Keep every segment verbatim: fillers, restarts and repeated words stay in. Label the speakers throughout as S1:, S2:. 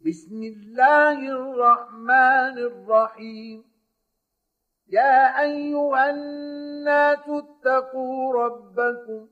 S1: بسم الله الرحمن الرحيم. يا أيها الناس اتقوا ربكم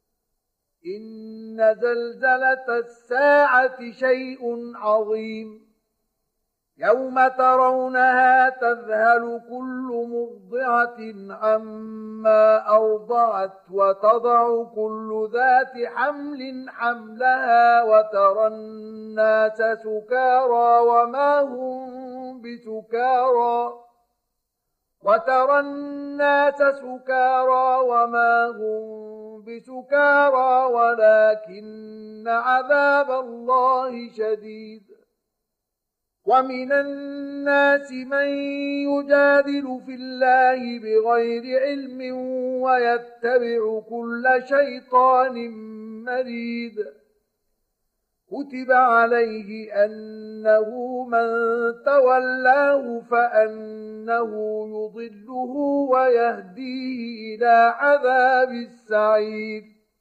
S1: إن زلزلة الساعة شيء عظيم يوم ترونها تذهل كل مرضعة عما أرضعت وتضع كل ذات حمل حملها وترى الناس سكارى وما هم بسكارى وترى الناس سكارى وما هم بسكارى ولكن عذاب الله شديد. ومن الناس من يجادل في الله بغير علم ويتبع كل شيطان مريد. كتب عليه أنه من تولاه فأنه يضله ويهديه إلى عذاب السعير.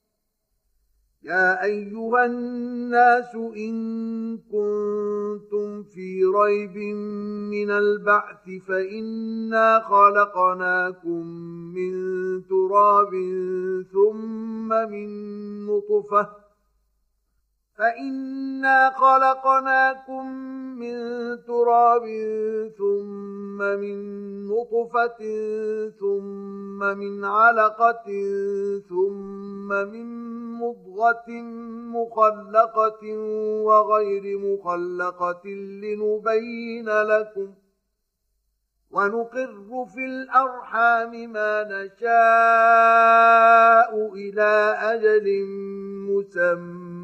S1: يا أيها الناس إن كنتم في ريب من البعث فإنا خلقناكم من تراب ثم من نطفة فإنا خلقناكم من تراب ثم من نطفة ثم من علقة ثم من مضغة مخلقة وغير مخلقة لنبين لكم ونقر في الأرحام ما نشاء إلى أجل مسمى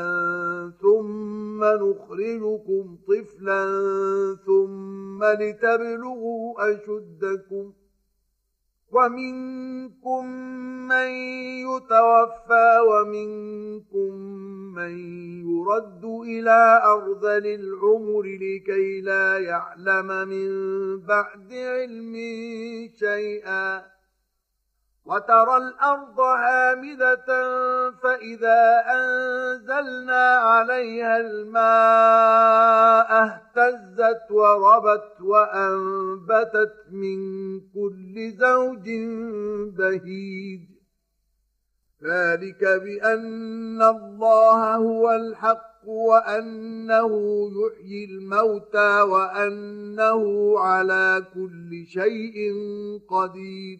S1: ثم نخرجكم طفلا ثم لتبلغوا أشدكم ومنكم من يتوفى ومنكم من يرد إلى أرذل العمر لكي لا يعلم من بعد علم شيئا. وترى الأرض هامدة فإذا أنزلنا عليها الماء اهتزت وربت وأنبتت من كل زوج بهيج. ذلك بأن الله هو الحق وأنه يحيي الموتى وأنه على كل شيء قدير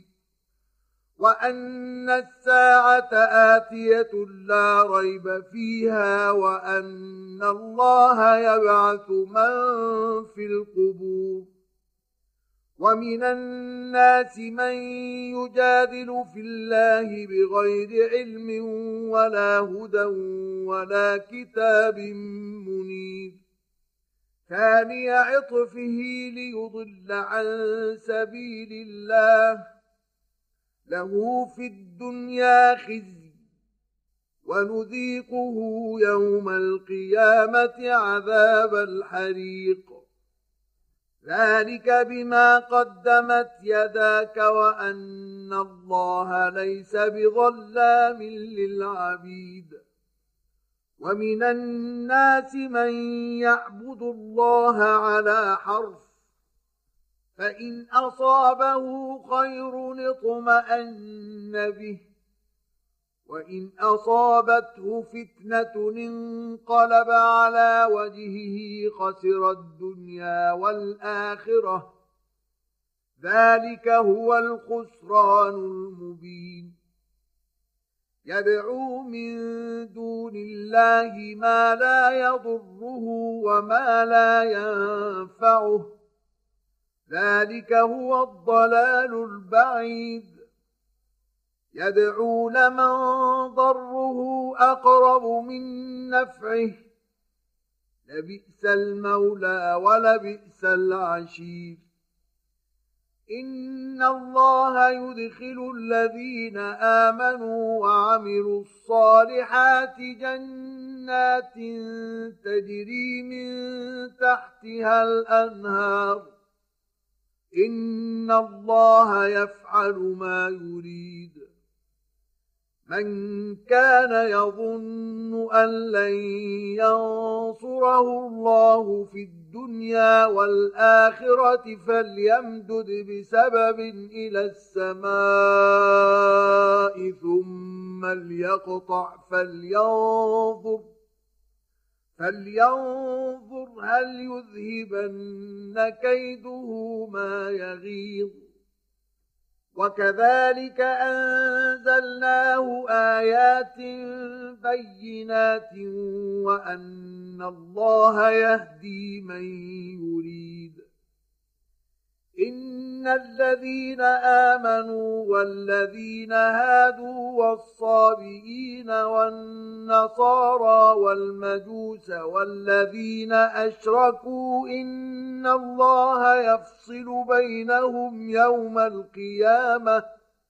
S1: وأن الساعة آتية لا ريب فيها وأن الله يبعث من في القبور. ومن الناس من يجادل في الله بغير علم ولا هدى ولا كتاب منير ثاني عطفه ليضل عن سبيل الله له في الدنيا خزي ونذيقه يوم القيامة عذاب الحريق. ذلك بما قدمت يداك وأن الله ليس بظلام للعبيد. ومن الناس من يعبد الله على حرف فإن أصابه خير اطمأن به وإن أصابته فتنة انقلب على وجهه خسر الدنيا والآخرة. ذلك هو الخسران المبين. يدعو من دون الله ما لا يضره وما لا ينفعه. ذلك هو الضلال البعيد. يدعو لمن ضره أقرب من نفعه لبئس المولى ولبئس العشير. إن الله يدخل الذين آمنوا وعملوا الصالحات جنات تجري من تحتها الأنهار. إن الله يفعل ما يريد. من كان يظن أن لن ينصره الله في الدنيا والآخرة فليمدد بسبب إلى السماء ثم ليقطع فلينظر فلينظر هل يذهبن كيده ما يغيظ. وكذلك أنزلناه آيات بينات وأن الله يهدي من يريد. إن الذين آمنوا والذين هادوا والصابئين والنصارى والمجوس والذين أشركوا إن الله يفصل بينهم يوم القيامة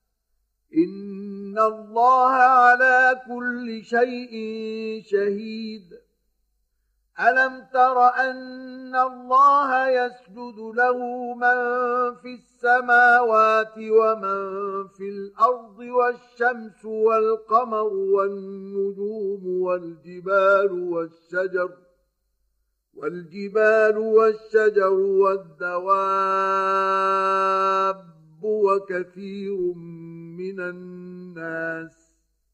S1: إن الله على كل شيء شهيد. ألم تر أن الله يسجد له من في السماوات ومن في الأرض والشمس والقمر والنجوم والجبال والشجر والجبال والشجر والدواب وكثير من الناس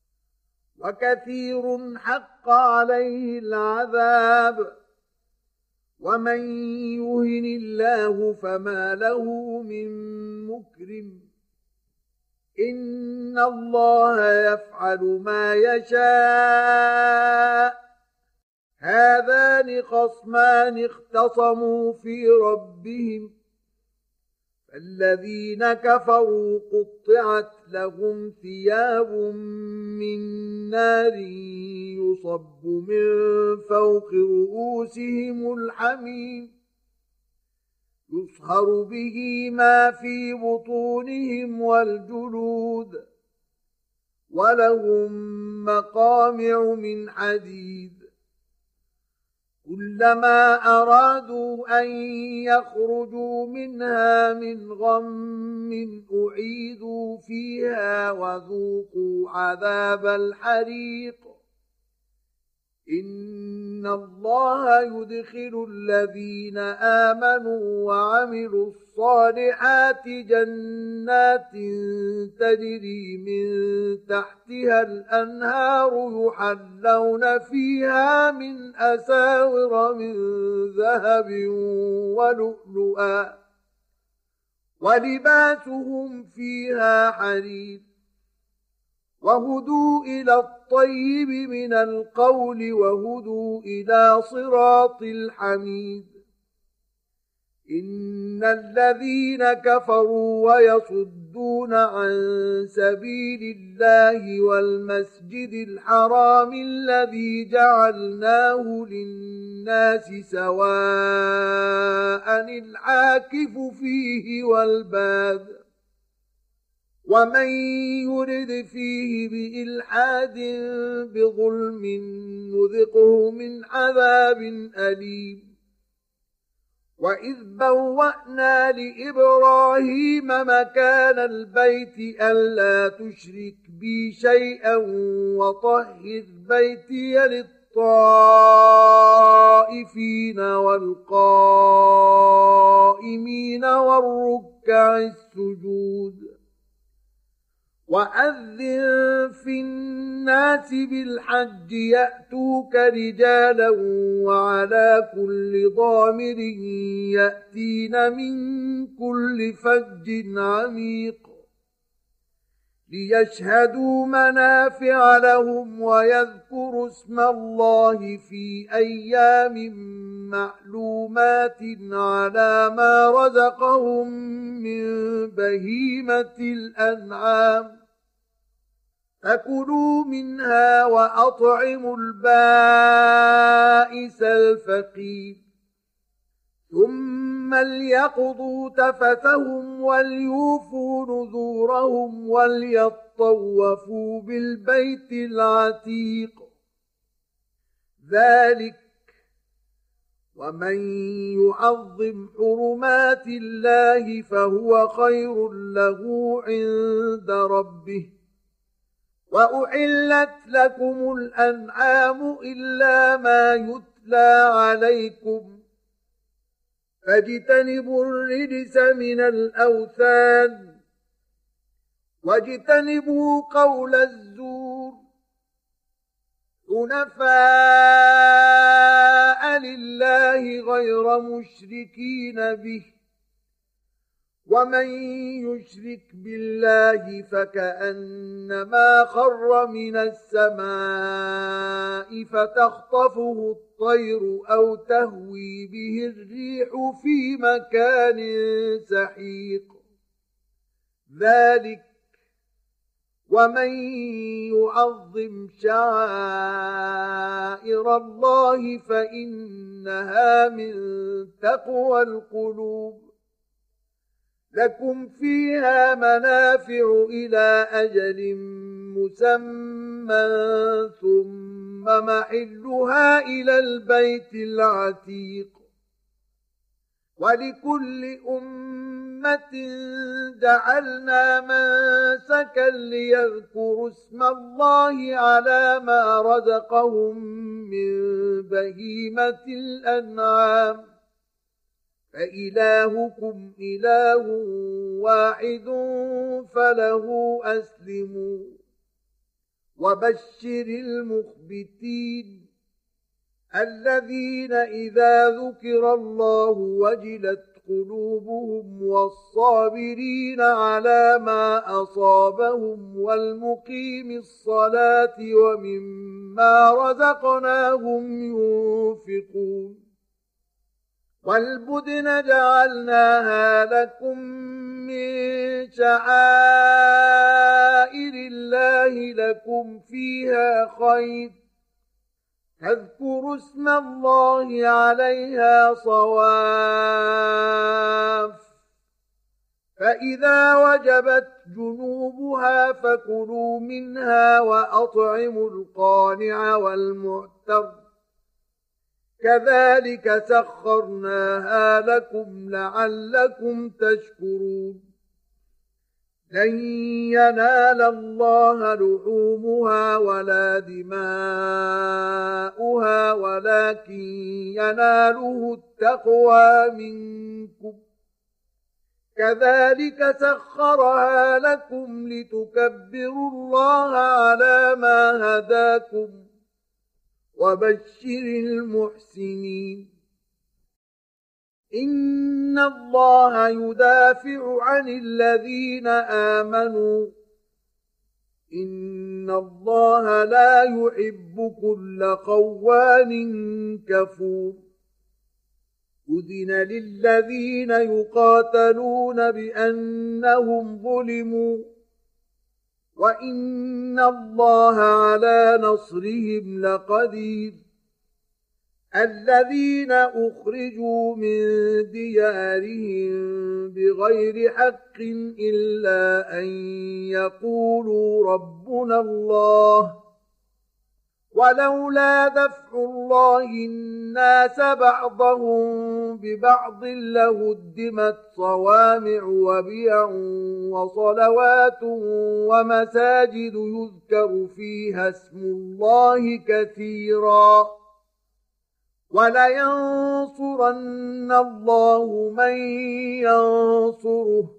S1: وكثير حق عليه العذاب ومن يهن الله فما له من مكرم. إن الله يفعل ما يشاء. هذان خصمان اختصموا في ربهم فالذين كفروا قطعت لهم ثياب من نار يصب من فوق رؤوسهم الحميم يصهر به ما في بطونهم والجلود ولهم مقامع من حديد كلما أرادوا أن يخرجوا منها من غم أعيدوا فيها وذوقوا عذاب الحريق. إن الله يدخل الذين آمنوا وعملوا الصالحات جنات تجري من تحتها الأنهار يحلون فيها من أساور من ذهب ولؤلؤا ولباسهم فيها حرير وهدوا إلى الطيب من القول وهدوا إلى صراط الحميد. إن الذين كفروا ويصدون عن سبيل الله والمسجد الحرام الذي جعلناه للناس سواء العاكف فيه والباد ومن يرد فيه بإلحاد بظلم نذقه من عذاب أليم. وإذ بوأنا لإبراهيم مكان البيت ألا تشرك بي شيئا وطهر بيتي للطائفين والقائمين والركع السجود. وأذن في الناس بالحج يأتوك رجالا وعلى كل ضامر يأتين من كل فج عميق ليشهدوا منافع لهم ويذكروا اسم الله في أيام معلومات على ما رزقهم من بهيمة الأنعام فكلوا منها وأطعموا البائس الفقير ثم ليقضوا تفثهم وليوفوا نذورهم وليطوفوا بالبيت العتيق. ذلك ومن يعظم حرمات الله فهو خير له عند ربه وأحلت لكم الأنعام إلا ما يتلى عليكم فاجتنبوا الرجس من الأوثان واجتنبوا قول الزور حنفاء لله غير مشركين به ومن يشرك بالله فكأنما خر من السماء فتخطفه الطير أو تهوي به الريح في مكان سحيق ذلك ومن يعظم شعائر الله فإنها من تقوى القلوب لكم فيها منافع إلى أجل مسمى ثم محلها إلى البيت العتيق ولكل أمة جعلنا منسكا ليذكروا اسم الله على ما رزقهم من بهيمة الأنعام فإلهكم إله واحد فله أسلموا وبشر المخبتين الذين إذا ذكر الله وجلت قلوبهم والصابرين على ما أصابهم والمقيم الصلاة ومما رزقناهم ينفقون والبدن جعلناها لكم من شعائر الله لكم فيها خير فاذكروا اسم الله عليها صواف فإذا وجبت جنوبها فكلوا منها وأطعموا القانع والمعتر كذلك سخرناها لكم لعلكم تشكرون لن ينال الله لحومها ولا دماؤها ولكن يناله التقوى منكم كذلك سخرها لكم لتكبروا الله على ما هداكم وبشر المحسنين إن الله يدافع عن الذين آمنوا إن الله لا يحب كل خوان كفور أذن للذين يقاتلون بأنهم ظلموا وإن الله على نصرهم لقدير الذين أخرجوا من ديارهم بغير حق إلا أن يقولوا ربنا الله ولولا دفع الله الناس بعضهم ببعض لهدمت صوامع وبيع وصلوات ومساجد يذكر فيها اسم الله كثيرا ولينصرن الله من ينصره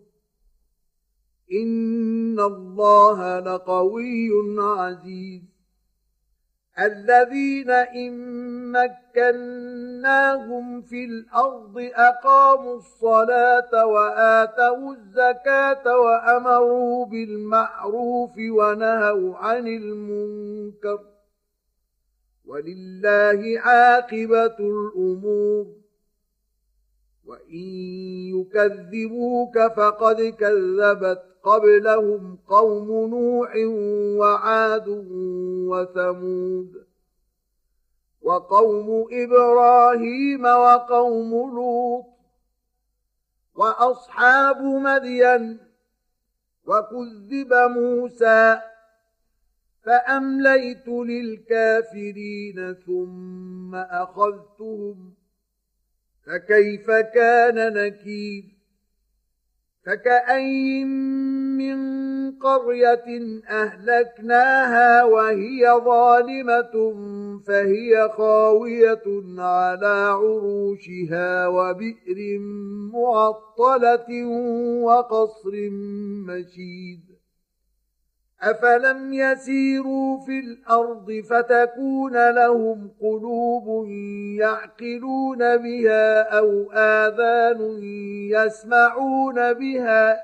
S1: إن الله لقوي عزيز الذين إن مكناهم في الأرض أقاموا الصلاة وآتوا الزكاة وأمروا بالمعروف ونهوا عن المنكر ولله عاقبة الأمور وإن يكذبوك فقد كذبت قبلهم قوم نوح وعاد وثمود وقوم إبراهيم وقوم لوط وأصحاب مدين وكذب موسى فأمليت للكافرين ثم أخذتهم فكيف كان نكير فكأين من قرية أهلكناها وهي ظالمة فهي خاوية على عروشها وبئر معطلة وقصر مشيد أفلم يسيروا في الأرض فتكون لهم قلوب يعقلون بها أو آذان يسمعون بها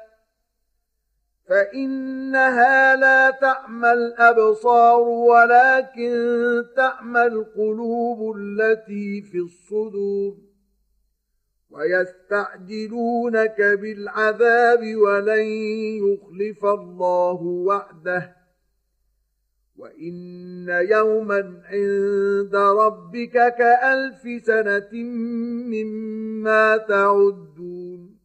S1: فإنها لا تعمى الأبصار ولكن تعمى القلوب التي في الصدور ويستعجلونك بالعذاب ولن يخلف الله وعده وإن يوما عند ربك كألف سنة مما تعدون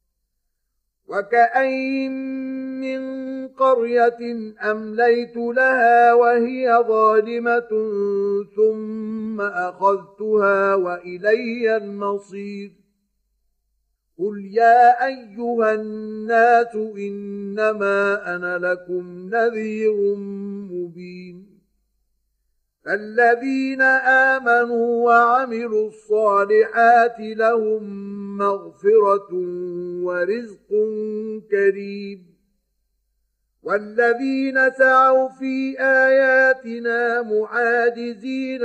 S1: وكأين من قرية أمليت لها وهي ظالمة ثم أخذتها وإلي المصير قل يا أيها الناس إنما أنا لكم نذير مبين فالذين آمنوا وعملوا الصالحات لهم مغفرة ورزق كريم والذين سعوا في آياتنا معاجزين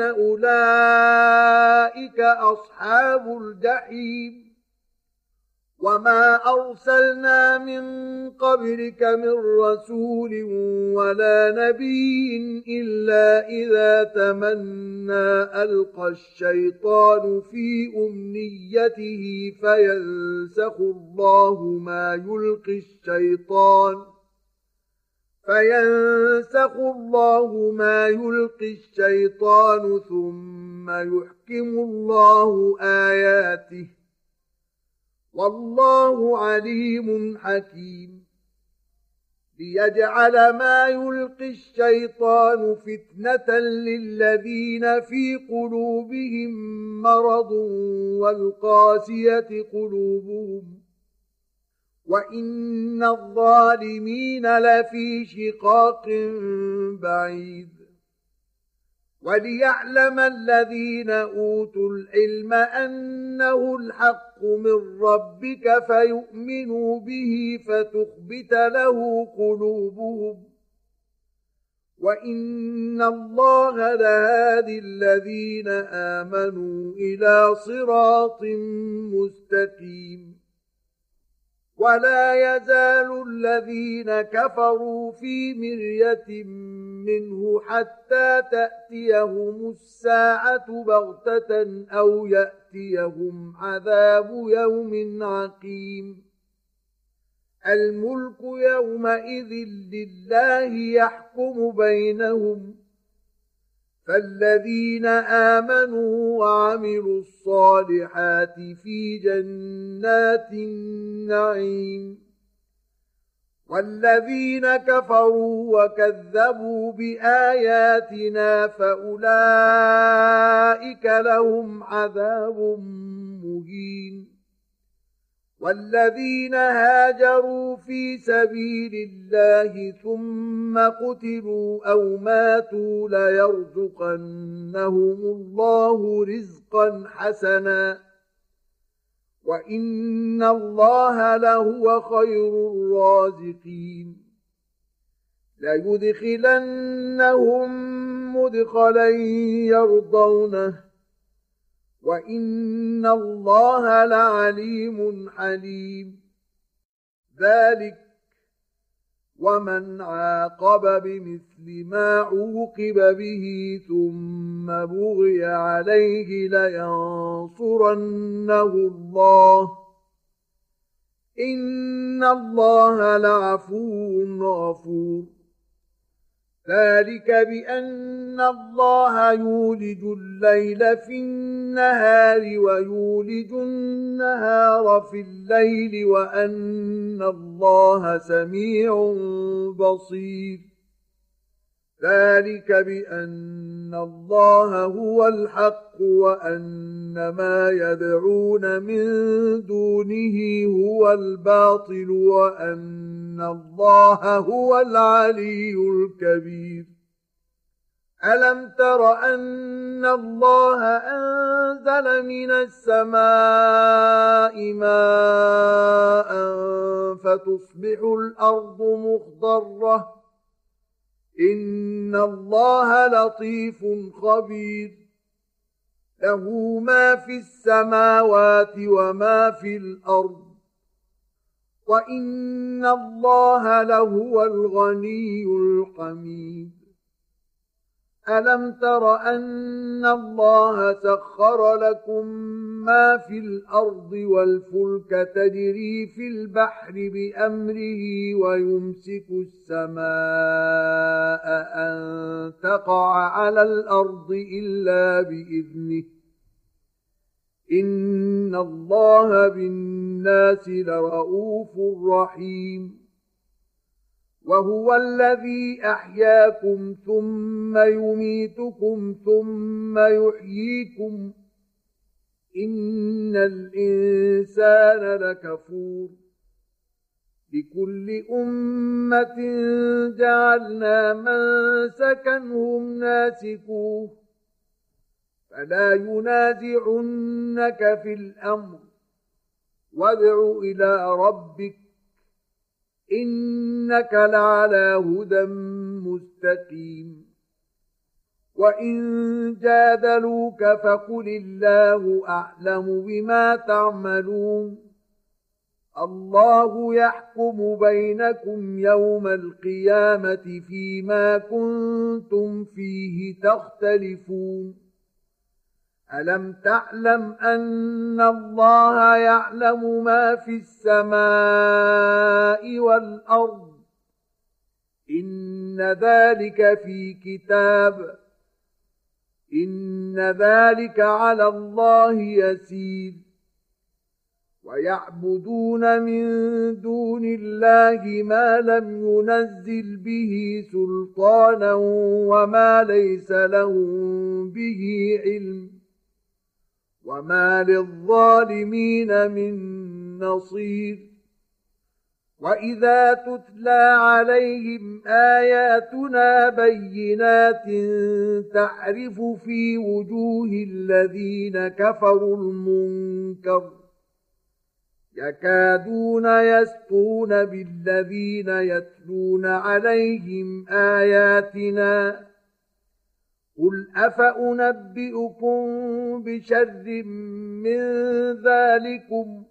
S1: أولئك أصحاب الجحيم وما أرسلنا من قبلك من رسول ولا نبي إلا إذا تمنى ألقى الشيطان في أمنيته فينسخ الله ما يلقي الشيطان فينسخ الله ما يلقي الشيطان ثم يحكم الله آياته والله عليم حكيم ليجعل ما يلقي الشيطان فتنة للذين في قلوبهم مرض والقاسية قلوبهم وإن الظالمين لفي شقاق بعيد وليعلم الذين أوتوا العلم أنه الحق من ربك فيؤمنوا به فتخبت له قلوبهم وإن الله لهادي الذين آمنوا إلى صراط مستقيم ولا يزال الذين كفروا في مرية منه حتى تأتيهم الساعة بغتة أو يأتيهم عذاب يوم عقيم الملك يومئذ لله يحكم بينهم فالذين آمنوا وعملوا الصالحات في جنات النعيم والذين كفروا وكذبوا بآياتنا فأولئك لهم عذاب مهين والذين هاجروا في سبيل الله ثم قتلوا أو ماتوا ليرزقنهم الله رزقا حسنا وإن الله لهو خير الرازقين ليدخلنهم مدخلا يرضونه وإن الله لعليم حليم ذلك ومن عاقب بمثل ما عوقب به ثم بغي عليه لينصرنه الله إن الله لعفو غفور ذلك بأن الله يولج الليل في النهار ويولج النهار في الليل وأن الله سميع بصير ذلك بأن الله هو الحق وأن ما يدعون من دونه هو الباطل وأن الله هو العلي الكبير. ألم تر أن الله أنزل من السماء ماء فتصبح الأرض مخضرة إن الله لطيف خبير له ما في السماوات وما في الأرض وإن الله لهو الغني الحميد. ألم تر أن الله سخر لكم ما في الأرض والفلك تجري في البحر بأمره ويمسك السماء أن تقع على الأرض إلا بإذنه إن الله بالناس لرءوف رحيم. وهو الذي أحياكم ثم يميتكم ثم يحييكم إن الإنسان لكفور. لكل أمة جعلنا منسكا هم ناسكوه فلا ينازعنك في الأمر وادع إلى ربك إنك لعلى هدى مستقيم. وإن جادلوك فقل الله أعلم بما تعملون الله يحكم بينكم يوم القيامة فيما كنتم فيه تختلفون. ألم تعلم أن الله يعلم ما في السماء والأرض إن ذلك في كتاب إن ذلك على الله يسير. ويعبدون من دون الله ما لم ينزل به سلطانا وما ليس لهم به علم وما للظالمين من نصير. وإذا تتلى عليهم آياتنا بينات تعرف في وجوه الذين كفروا المنكر يكادون يسطون بالذين يتلون عليهم آياتنا قل أفأنبئكم بشر من ذلكم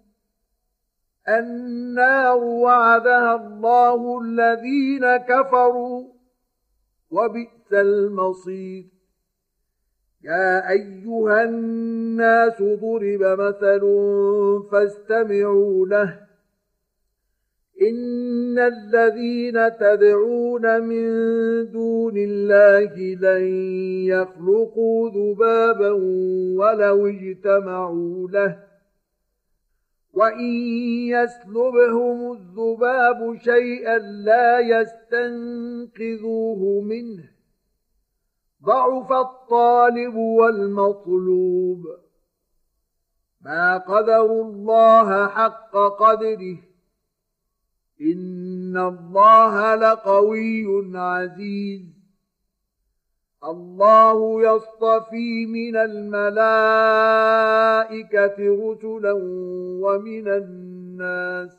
S1: النار وعدها الله الذين كفروا وبئس المصير. يا أيها الناس ضرب مثل فاستمعوا له إن الذين تدعون من دون الله لن يخلقوا ذبابا ولو اجتمعوا له وإن يسلبهم الذباب شيئا لا يستنقذوه منه ضعف الطالب والمطلوب. ما قدروا الله حق قدره إن الله لقوي عزيز. الله يصطفي من الملائكة رسلا ومن الناس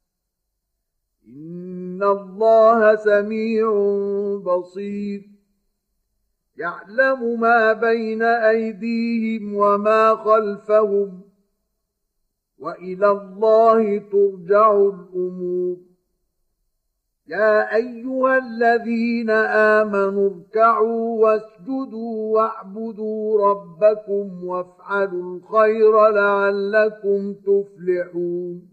S1: إن الله سميع بصير. يعلم ما بين أيديهم وما خلفهم وإلى الله ترجع الأمور. يا أيها الذين آمنوا اركعوا واسجدوا واعبدوا ربكم وافعلوا الخير لعلكم تفلحون.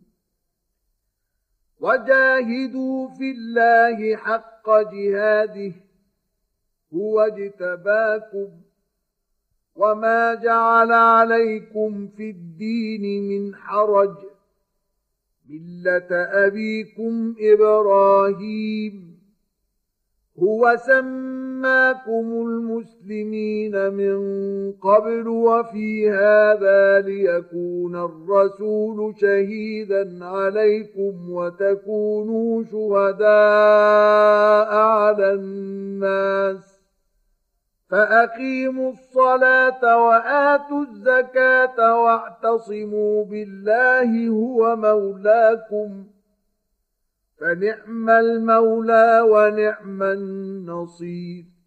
S1: وجاهدوا في الله حق جهاده هو اجتباكم وما جعل عليكم في الدين من حرج ملة أبيكم إبراهيم هو سماكم المسلمين من قبل وفي هذا ليكون الرسول شهيدا عليكم وتكونوا شهداء على الناس فأقيموا الصلاة وآتوا الزكاة واعتصموا بالله هو مولاكم فنعم المولى ونعم النصير